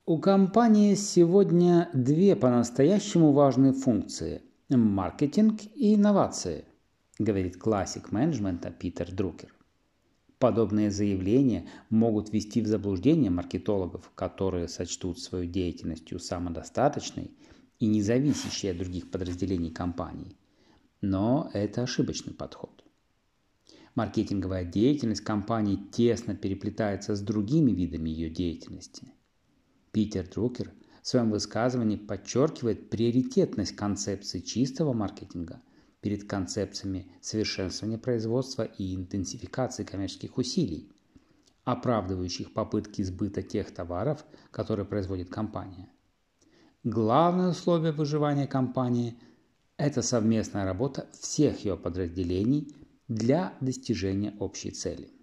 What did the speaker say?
У компании сегодня две по-настоящему важные функции – маркетинг и инновации, говорит классик менеджмента Питер Друкер. Подобные заявления могут ввести в заблуждение маркетологов, которые сочтут свою деятельность самодостаточной и независящей от других подразделений компании. Но это ошибочный подход. Маркетинговая деятельность компании тесно переплетается с другими видами ее деятельности. Питер Друкер в своем высказывании подчеркивает приоритетность концепции чистого маркетинга перед концепциями совершенствования производства и интенсификации коммерческих усилий, оправдывающих попытки сбыта тех товаров, которые производит компания. Главное условие выживания компании – это совместная работа всех ее подразделений для достижения общей цели.